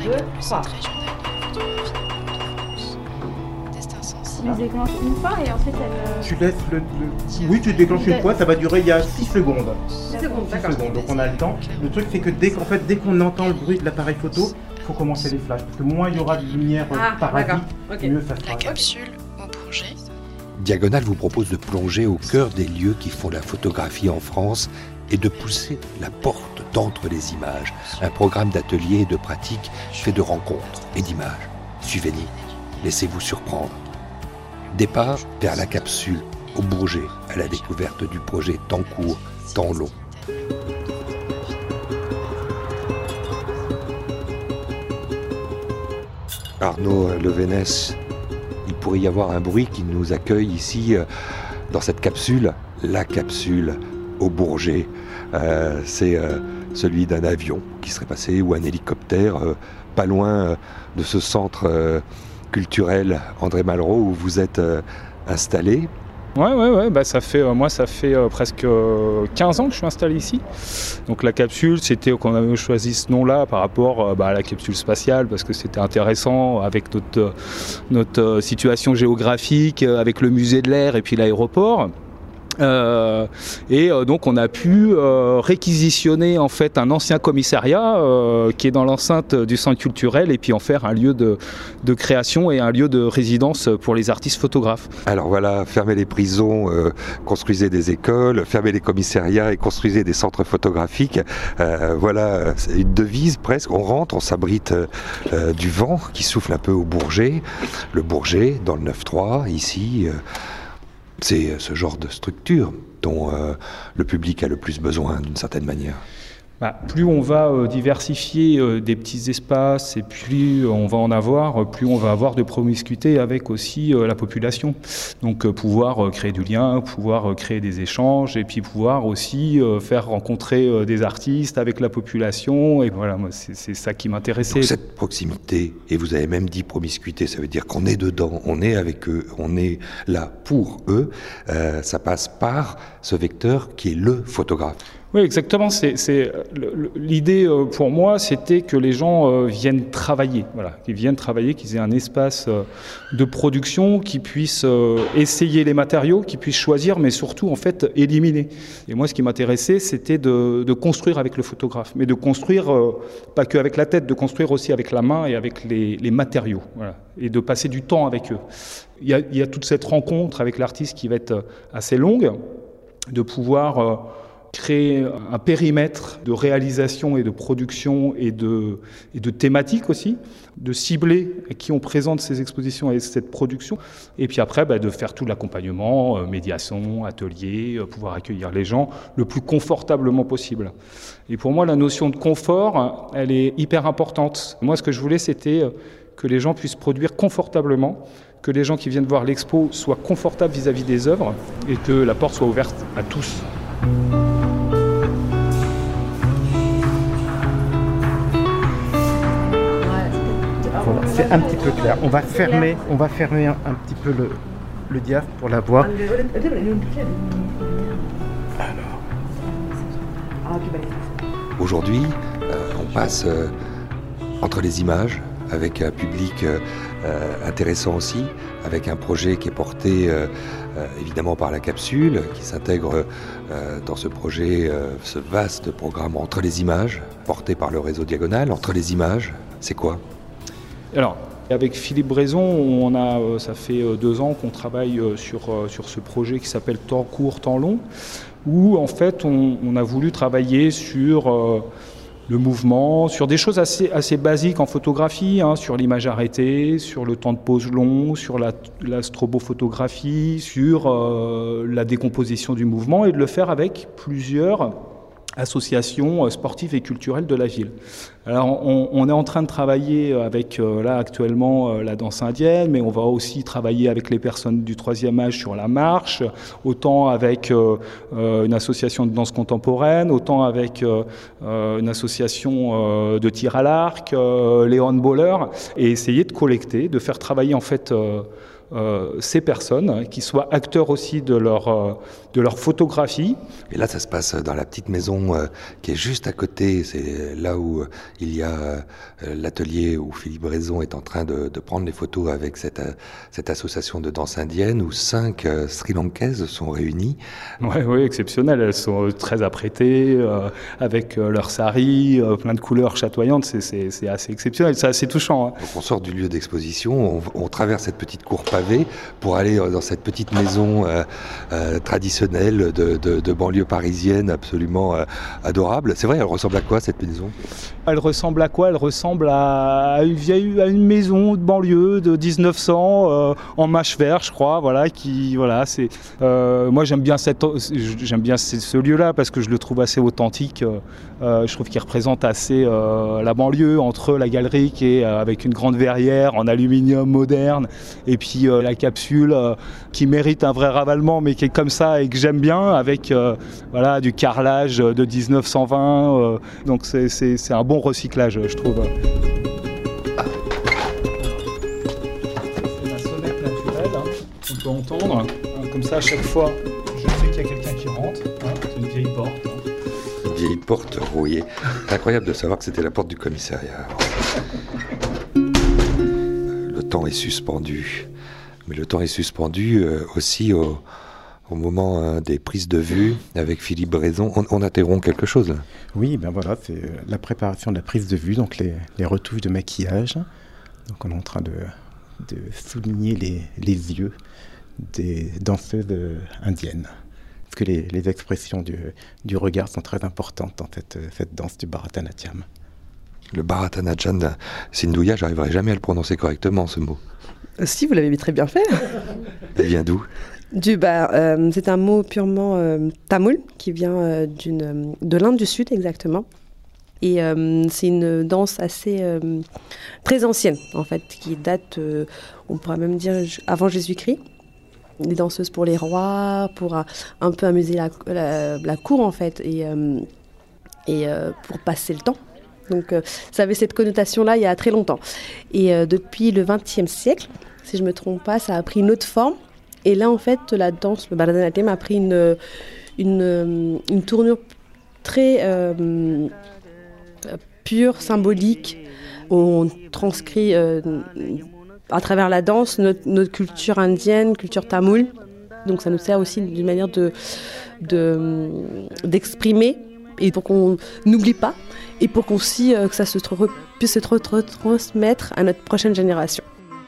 2, 3. Tu les déclenches une fois et ensuite elle... Tu laisses Oui, tu déclenches une fois, ça va durer il y a 6 secondes. 6 secondes, d'accord. 6 secondes, donc on a le temps. Le truc c'est que dès qu'on entend le bruit de l'appareil photo, il faut commencer les flashs. Parce que moins il y aura de lumière parasite, mieux ça sera. La capsule au Bourget. Diagonale vous propose de plonger au cœur des lieux qui font la photographie en France et de pousser la porte d'entre les images. Un programme d'ateliers et de pratiques fait de rencontres et d'images. Suivez-nous, laissez-vous surprendre. Départ vers la capsule au Bourget, à la découverte du projet Temps court, temps long. Arnaud Levenès, il pourrait y avoir un bruit qui nous accueille ici dans cette capsule, la capsule au Bourget. C'est celui d'un avion qui serait passé ou un hélicoptère pas loin de ce centre culturel André Malraux où vous êtes installé. Ouais, bah ça fait presque 15 ans que je suis installé ici. Donc la capsule, c'était qu'on avait choisi ce nom-là par rapport à la capsule spatiale parce que c'était intéressant avec notre situation géographique, avec le musée de l'air et puis l'aéroport. Donc on a pu réquisitionner en fait un ancien commissariat qui est dans l'enceinte du centre culturel et puis en faire un lieu de création et un lieu de résidence pour les artistes photographes. Alors voilà, fermez les prisons, construisez des écoles, fermez les commissariats et construisez des centres photographiques. Voilà, c'est une devise presque. On rentre, on s'abrite du vent qui souffle un peu au Bourget. Le Bourget dans le 9-3 ici. C'est ce genre de structure dont le public a le plus besoin d'une certaine manière. Plus on va diversifier des petits espaces et plus on va en avoir, plus on va avoir de promiscuité avec aussi la population. Donc pouvoir créer du lien, pouvoir créer des échanges et puis pouvoir aussi faire rencontrer des artistes avec la population. Et voilà, moi c'est ça qui m'intéressait. Donc cette proximité, et vous avez même dit promiscuité, ça veut dire qu'on est dedans, on est avec eux, on est là pour eux. Ça passe par ce vecteur qui est le photographe. Oui, exactement. L'idée pour moi, c'était que les gens viennent travailler. Voilà, qu'ils viennent travailler, qu'ils aient un espace de production, qu'ils puissent essayer les matériaux, qu'ils puissent choisir, mais surtout en fait éliminer. Et moi, ce qui m'intéressait, c'était de construire avec le photographe, mais de construire pas que avec la tête, de construire aussi avec la main et avec les matériaux. Voilà, et de passer du temps avec eux. Il y a toute cette rencontre avec l'artiste qui va être assez longue, de pouvoir créer un périmètre de réalisation et de production et de thématiques aussi, de cibler à qui on présente ces expositions et cette production, et puis après de faire tout l'accompagnement, médiation, atelier, pouvoir accueillir les gens le plus confortablement possible. Et pour moi, la notion de confort, elle est hyper importante. Moi, ce que je voulais, c'était que les gens puissent produire confortablement, que les gens qui viennent voir l'expo soient confortables vis-à-vis des œuvres et que la porte soit ouverte à tous. C'est un petit peu clair. On va fermer un petit peu le diaph pour la voir. Aujourd'hui, on passe entre les images avec un public intéressant aussi, avec un projet qui est porté évidemment par la capsule, qui s'intègre dans ce projet, ce vaste programme Entre les images, porté par le réseau Diagonale. Entre les images, c'est quoi ? Alors, avec Philippe Brezon, ça fait 2 ans qu'on travaille sur ce projet qui s'appelle Temps court, temps long, où en fait on a voulu travailler sur le mouvement, sur des choses assez basiques en photographie, sur l'image arrêtée, sur le temps de pause long, sur la strobophotographie, sur la décomposition du mouvement, et de le faire avec plusieurs associations sportives et culturelles de la ville. Alors on est en train de travailler avec là actuellement la danse indienne, mais on va aussi travailler avec les personnes du 3e âge sur la marche, autant avec une association de danse contemporaine, autant avec une association de tir à l'arc, les handballeurs, et essayer de collecter, de faire travailler en fait ces personnes, qui soient acteurs aussi de leur photographie. Et là, ça se passe dans la petite maison qui est juste à côté. C'est là où il y a l'atelier où Philippe Brezon est en train de prendre les photos avec cette association de danse indienne où 5 Sri Lankaises sont réunies. Oui, exceptionnelles. Elles sont très apprêtées, avec leur sari, plein de couleurs chatoyantes. C'est assez exceptionnel, c'est assez touchant. Hein. Donc on sort du lieu d'exposition, on traverse cette petite cour pavée pour aller dans cette petite maison traditionnelle de banlieue parisienne, absolument adorable. C'est vrai, elle ressemble à quoi cette maison ? Elle ressemble à quoi ? Elle ressemble à une maison de banlieue de 1900 en mâche vert, je crois. Moi j'aime bien ce lieu-là parce que je le trouve assez authentique. Je trouve qu'il représente assez la banlieue entre la galerie qui est avec une grande verrière en aluminium moderne et puis la capsule qui mérite un vrai ravalement mais qui est comme ça et que j'aime bien avec du carrelage de 1920. Donc c'est un bon recyclage, je trouve. C'est la sonnette naturelle, on peut entendre. Comme ça, à chaque fois, je sais qu'il y a quelqu'un qui rentre. C'est une vieille porte. Une vieille porte rouillée. C'est incroyable de savoir que c'était la porte du commissariat. Le temps est suspendu. Mais le temps est suspendu aussi au moment des prises de vue avec Philippe Brezon. On interrompt quelque chose là. Oui, c'est la préparation de la prise de vue, donc les retouches de maquillage. Donc on est en train de souligner les yeux des danseuses indiennes. Parce que les expressions du regard sont très importantes dans cette danse du Bharatanatyam. Le Bharatanatyam Sindhuya, j'arriverai jamais à le prononcer correctement ce mot. Si, vous l'avez très bien fait. Il vient d'où ? C'est un mot purement tamoul qui vient de l'Inde du Sud exactement. Et c'est une danse assez très ancienne en fait, qui date, on pourrait même dire avant Jésus-Christ. Des danseuses pour les rois, pour un peu amuser la cour en fait, et pour passer le temps. Donc ça avait cette connotation-là il y a très longtemps. Et depuis le XXe siècle, si je ne me trompe pas, ça a pris une autre forme. Et là, en fait, la danse, le Bharatanatyam a pris une tournure très pure, symbolique. On transcrit à travers la danse notre culture indienne, culture tamoule. Donc ça nous sert aussi d'une manière d'exprimer et pour qu'on n'oublie pas et pour qu'on aussi que ça puisse se retransmettre à notre prochaine génération.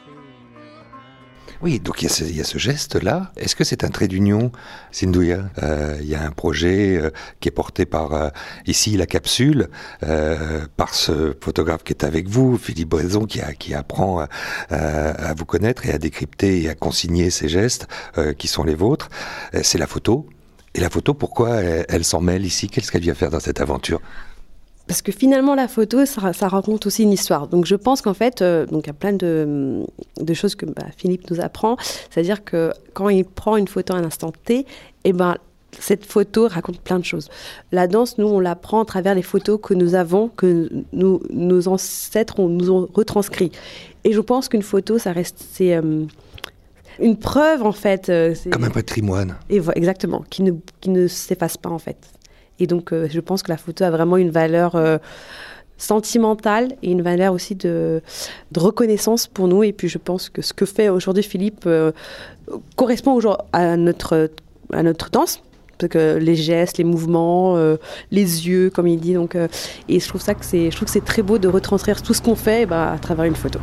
Oui, donc il y a ce geste-là. Est-ce que c'est un trait d'union, Sindhuya ? Il y a un projet qui est porté par, ici, la capsule, par ce photographe qui est avec vous, Philippe Brezon, qui apprend à vous connaître et à décrypter et à consigner ces gestes qui sont les vôtres. C'est la photo. Et la photo, pourquoi elle s'en mêle ici ? Qu'est-ce qu'elle vient faire dans cette aventure ? Parce que finalement, la photo, ça raconte aussi une histoire. Donc je pense qu'en fait, il y a plein de choses que Philippe nous apprend. C'est-à-dire que quand il prend une photo à un instant T, cette photo raconte plein de choses. La danse, nous, on l'apprend à travers les photos que nous avons, que nos ancêtres nous ont retranscrit. Et je pense qu'une photo, c'est une preuve, en fait. C'est comme un patrimoine. Et exactement, qui ne s'efface pas, en fait. Et donc, je pense que la photo a vraiment une valeur sentimentale et une valeur aussi de reconnaissance pour nous. Et puis, je pense que ce que fait aujourd'hui Philippe correspond à notre danse. Parce que les gestes, les mouvements, les yeux, comme il dit. Donc, et je trouve que c'est très beau de retranscrire tout ce qu'on fait à travers une photo.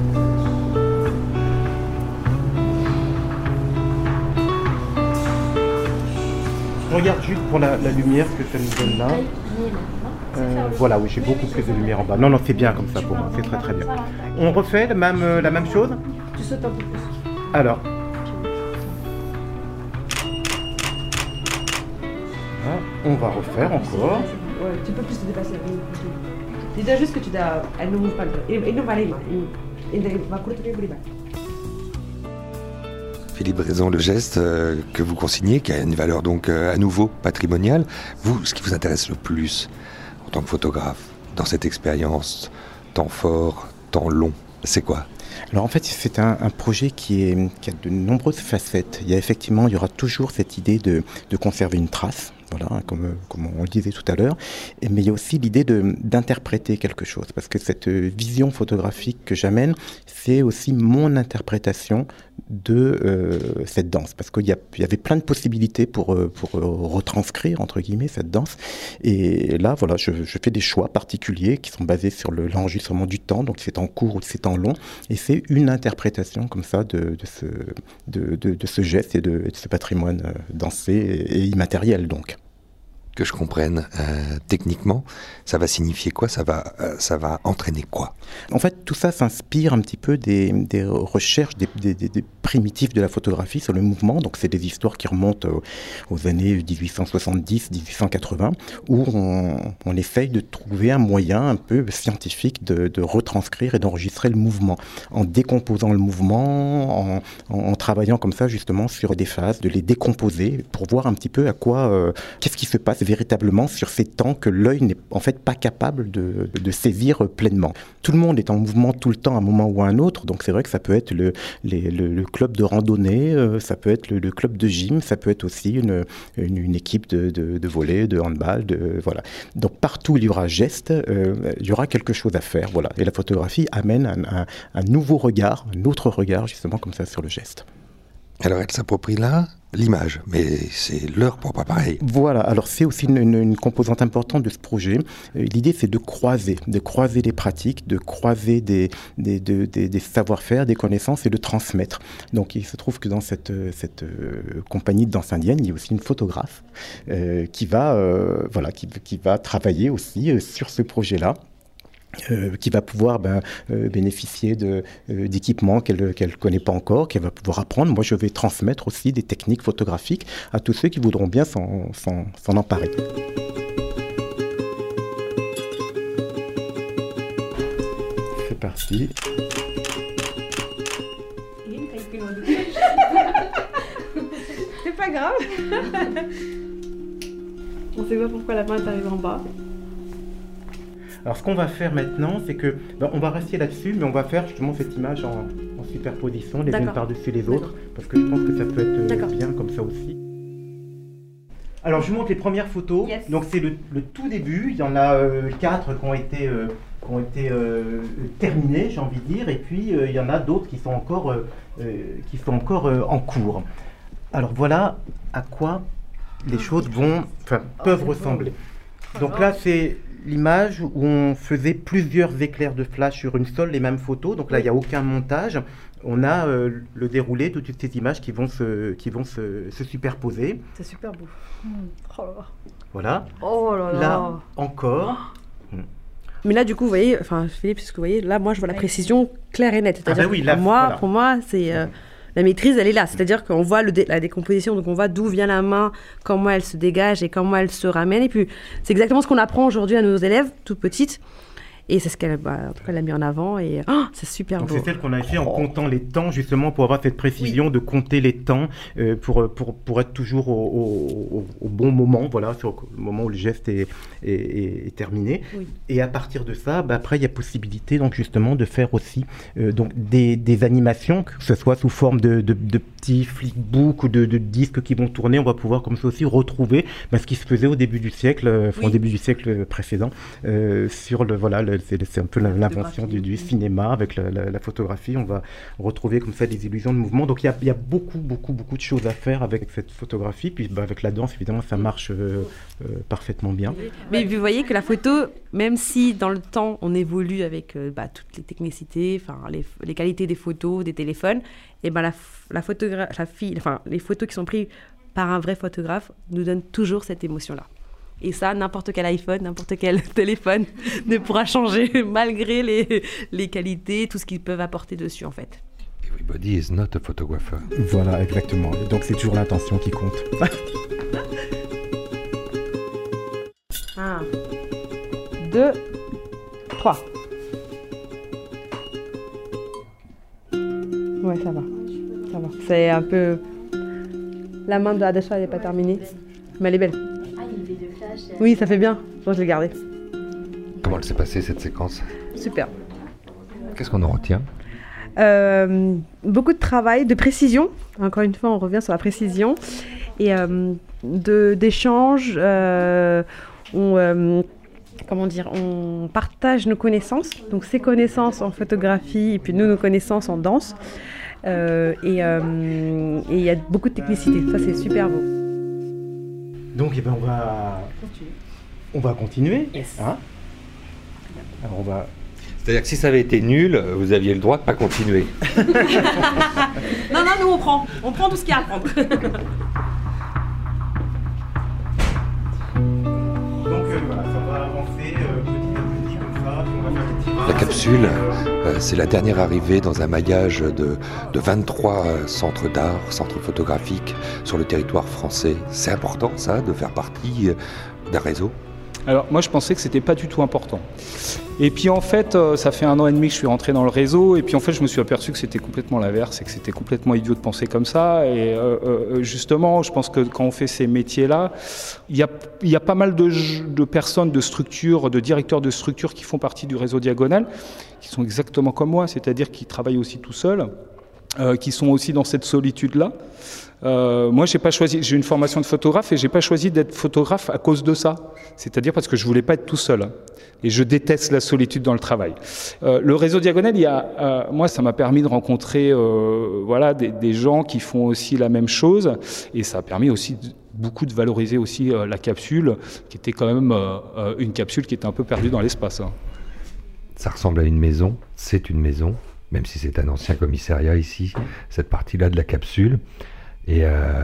Je regarde juste pour la lumière, ce que ça nous donne là. Voilà, oui, j'ai beaucoup plus de lumière en bas. Non, c'est bien comme ça pour moi, c'est très très bien. On refait la même chose ? Tu sautes un peu plus. Alors. Ah, on va refaire encore. Ouais, tu peux plus te dépasser. Dis juste que tu dois... Elle ne bouge pas. Il ne va pas. Philippe Brezon, le geste que vous consignez, qui a une valeur donc à nouveau patrimoniale, vous, ce qui vous intéresse le plus en tant que photographe, dans cette expérience, temps fort, temps long, c'est quoi ? Alors en fait, c'est un projet qui a de nombreuses facettes. Il y aura toujours cette idée de conserver une trace. Voilà, comme on le disait tout à l'heure, mais il y a aussi l'idée d'interpréter quelque chose, parce que cette vision photographique que j'amène, c'est aussi mon interprétation de cette danse, parce qu'il y avait plein de possibilités pour retranscrire, entre guillemets, cette danse, et là, voilà, je fais des choix particuliers qui sont basés sur l'enregistrement du temps, donc c'est en court ou c'est en long, et c'est une interprétation comme ça de ce geste et de ce patrimoine dansé et immatériel, donc. Que je comprenne, techniquement, ça va signifier quoi ? Ça va entraîner quoi ? En fait, tout ça s'inspire un petit peu des recherches des primitifs de la photographie sur le mouvement. Donc, c'est des histoires qui remontent aux années 1870-1880, où on essaye de trouver un moyen un peu scientifique de retranscrire et d'enregistrer le mouvement, en décomposant le mouvement, en travaillant comme ça justement sur des phases, de les décomposer pour voir un petit peu à quoi, qu'est-ce qui se passe véritablement sur ces temps que l'œil n'est en fait pas capable de saisir pleinement. Tout le monde est en mouvement tout le temps à un moment ou à un autre, donc c'est vrai que ça peut être le club de randonnée, ça peut être le club de gym, ça peut être aussi une équipe de volley, de handball, voilà. Donc partout il y aura geste, il y aura quelque chose à faire, voilà. Et la photographie amène un nouveau regard, un autre regard justement comme ça sur le geste. Alors elle s'approprie là l'image, mais c'est leur propre appareil. Voilà, alors c'est aussi une composante importante de ce projet. L'idée c'est de croiser les pratiques, de croiser des savoir-faire, des connaissances et de transmettre. Donc il se trouve que dans cette compagnie de danse indienne, il y a aussi une photographe qui va travailler aussi sur ce projet-là. Qui va pouvoir bénéficier d'équipements qu'elle ne connaît pas encore, qu'elle va pouvoir apprendre. Moi, je vais transmettre aussi des techniques photographiques à tous ceux qui voudront bien s'en emparer. C'est parti. C'est pas grave. On sait pas pourquoi la main est arrivée en bas. Alors ce qu'on va faire maintenant, c'est que on va rester là-dessus, mais on va faire justement cette image en superposition, les unes par-dessus les autres, parce que je pense que ça peut être bien comme ça aussi. Alors je vous montre les premières photos. Yes. Donc c'est le tout début. Il y en a 4 qui ont été terminées, j'ai envie de dire, et puis il y en a d'autres qui sont encore en cours. Alors voilà à quoi les choses peuvent ressembler. Donc là c'est l'image où on faisait plusieurs éclairs de flash sur une seule et même photo. Donc là, il n'y a aucun montage. On a le déroulé de toutes ces images qui vont se superposer. C'est super beau. Oh là là. Voilà. Oh là là. Là encore. Mais là, du coup, vous voyez, Philippe, c'est ce que vous voyez, là, moi, je vois la précision claire et nette. C'est-à-dire pour moi, c'est... la maîtrise, elle est là. C'est-à-dire qu'on voit la décomposition, donc on voit d'où vient la main, comment elle se dégage et comment elle se ramène. Et puis, c'est exactement ce qu'on apprend aujourd'hui à nos élèves, toutes petites. Et c'est ce qu'elle a mis en avant et c'est super beau. Donc c'est celle qu'on a fait en comptant les temps, justement, pour avoir cette précision de compter les temps, pour être toujours au bon moment, voilà, sur le moment où le geste est terminé. Oui. Et à partir de ça, après, il y a possibilité, donc, justement, de faire aussi donc des animations, que ce soit sous forme de petits flipbooks ou de disques qui vont tourner. On va pouvoir comme ça aussi retrouver ce qui se faisait au début du siècle, au début du siècle précédent, sur c'est un peu l'invention du cinéma avec la photographie. On va retrouver comme ça des illusions de mouvement. Donc il y a beaucoup de choses à faire avec cette photographie. Puis avec la danse, évidemment, ça marche parfaitement bien. Mais vous voyez que la photo, même si dans le temps on évolue avec toutes les technicités, les qualités des photos, des téléphones, et les photos qui sont prises par un vrai photographe nous donnent toujours cette émotion-là. Et ça, n'importe quel iPhone, n'importe quel téléphone ne pourra changer malgré les qualités, tout ce qu'ils peuvent apporter dessus en fait. Everybody is not a photographer. Voilà, exactement. Donc c'est toujours l'intention qui compte. 1, 2, 3. Ouais, ça va. C'est un peu... La main de Adasha, elle n'est pas terminée, mais elle est belle. Oui, ça fait bien. Bon, je l'ai gardé. Comment elle s'est passée cette séquence ? Super. Qu'est-ce qu'on en retient ? Beaucoup de travail, de précision. Encore une fois, on revient sur la précision. Et d'échanges. On partage nos connaissances. Donc, ces connaissances en photographie et puis nos connaissances en danse. Et il y a beaucoup de technicité. Ça, c'est super beau. Donc, on va continuer. Yes. Hein. Alors, on va... C'est-à-dire que si ça avait été nul, vous aviez le droit de ne pas continuer. Non, nous on prend tout ce qu'il y a à prendre. Donc voilà, ça va avancer petit à petit comme ça, puis on va faire des petits pas. La capsule, c'est la dernière arrivée dans un maillage de 23 centres d'art, centres photographiques sur le territoire français. C'est important ça, de faire partie d'un réseau ? Alors moi je pensais que c'était pas du tout important. Et puis en fait ça fait 1 an et demi que je suis rentré dans le réseau et puis en fait je me suis aperçu que c'était complètement l'inverse et que c'était complètement idiot de penser comme ça. Et justement je pense que quand on fait ces métiers-là, il y a pas mal de personnes, de structures, de directeurs de structures qui font partie du réseau Diagonale, qui sont exactement comme moi, c'est-à-dire qui travaillent aussi tout seuls, qui sont aussi dans cette solitude-là. Moi, j'ai une formation de photographe et j'ai pas choisi d'être photographe à cause de ça. C'est-à-dire parce que je voulais pas être tout seul. Et je déteste la solitude dans le travail. Le réseau Diagonale, moi, ça m'a permis de rencontrer, des gens qui font aussi la même chose. Et ça a permis aussi beaucoup de valoriser aussi la capsule, qui était quand même une capsule qui était un peu perdue dans l'espace. Ça ressemble à une maison, c'est une maison, même si c'est un ancien commissariat ici, cette partie-là de la capsule. Et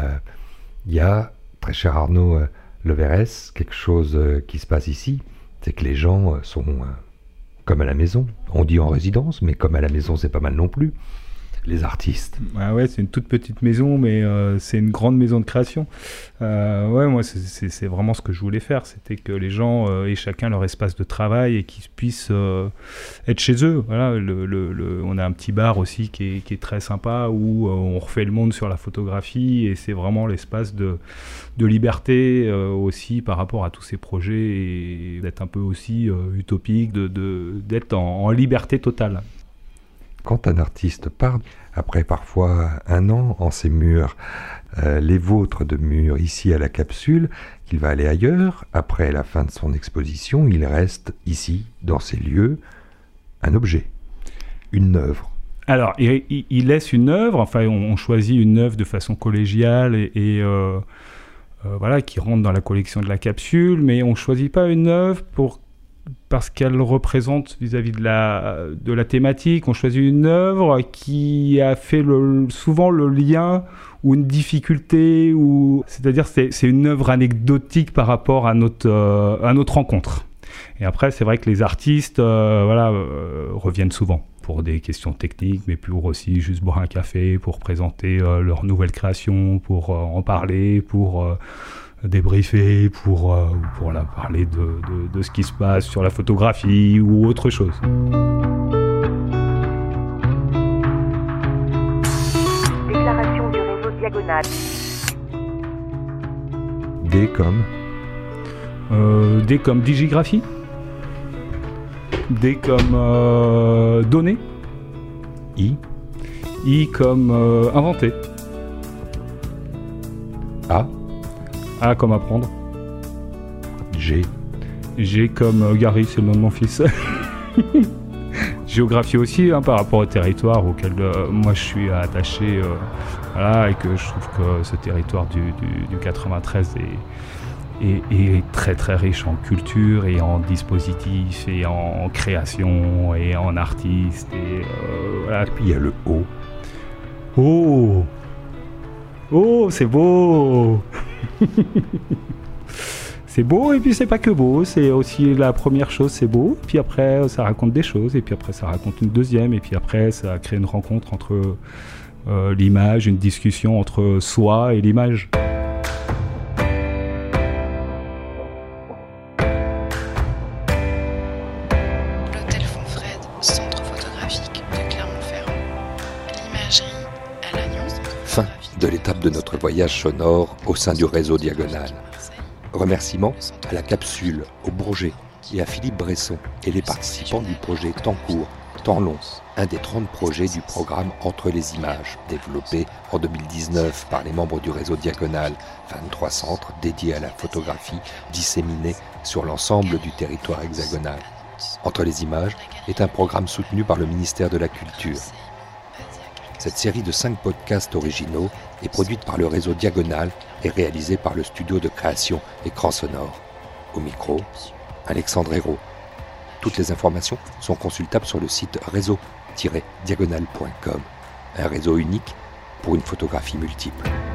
il y a, très cher Arnaud Leverès, quelque chose qui se passe ici, c'est que les gens sont comme à la maison. On dit en résidence, mais comme à la maison, c'est pas mal non plus. Les artistes. Ah ouais, c'est une toute petite maison, mais c'est une grande maison de création. Moi, c'est vraiment ce que je voulais faire. C'était que les gens aient chacun leur espace de travail et qu'ils puissent être chez eux. Voilà, on a un petit bar aussi qui est très sympa où on refait le monde sur la photographie et c'est vraiment l'espace de liberté aussi par rapport à tous ces projets et d'être un peu aussi utopique, d'être en liberté totale. Quand un artiste part, après parfois 1 an en ces murs, les vôtres de murs ici à la capsule, qu'il va aller ailleurs, après la fin de son exposition, il reste ici, dans ces lieux, un objet, une œuvre. Alors, il laisse une œuvre, enfin on choisit une œuvre de façon collégiale et qui rentre dans la collection de la capsule, mais on ne choisit pas une œuvre parce qu'elle représente vis-à-vis de la thématique. On choisit une œuvre qui a fait souvent le lien ou une difficulté, c'est-à-dire c'est une œuvre anecdotique par rapport à notre rencontre. Et après, c'est vrai que les artistes reviennent souvent pour des questions techniques, mais pour aussi juste boire un café, pour présenter leur nouvelle création, pour en parler, pour... débriefer pour parler de ce qui se passe sur la photographie ou autre chose. Déclaration du réseau Diagonale. D comme digigraphie. D comme donner. I comme inventer. A comme apprendre. G comme Gary, c'est le nom de mon fils. Géographie aussi, par rapport au territoire auquel moi je suis attaché, et que je trouve que ce territoire du 93 est très très riche en culture et en dispositifs et en création et en artistes. Et puis il y a le O. Oh, c'est beau. C'est beau et puis c'est pas que beau, c'est aussi la première chose, c'est beau, puis après ça raconte des choses et puis après ça raconte une deuxième et puis après ça crée une rencontre entre l'image, une discussion entre soi et l'image. L'hôtel Fonfred, centre photographique de Clermont-Ferrand. L'imagerie à Lannion. Fin de l'étape de notre voyage sonore au sein du réseau Diagonale. Remerciements à la capsule, au Bourget et à Philippe Bresson et les participants du projet Temps Court Temps long, un des 30 projets du programme Entre les images, développé en 2019 par les membres du réseau Diagonale, 23 centres dédiés à la photographie disséminés sur l'ensemble du territoire hexagonal. Entre les images est un programme soutenu par le ministère de la Culture. Cette série de 5 podcasts originaux est produite par le réseau Diagonale et réalisée par le studio de création Écran Sonore. Au micro, Alexandre Hérault. Toutes les informations sont consultables sur le site réseau-diagonale.com, un réseau unique pour une photographie multiple.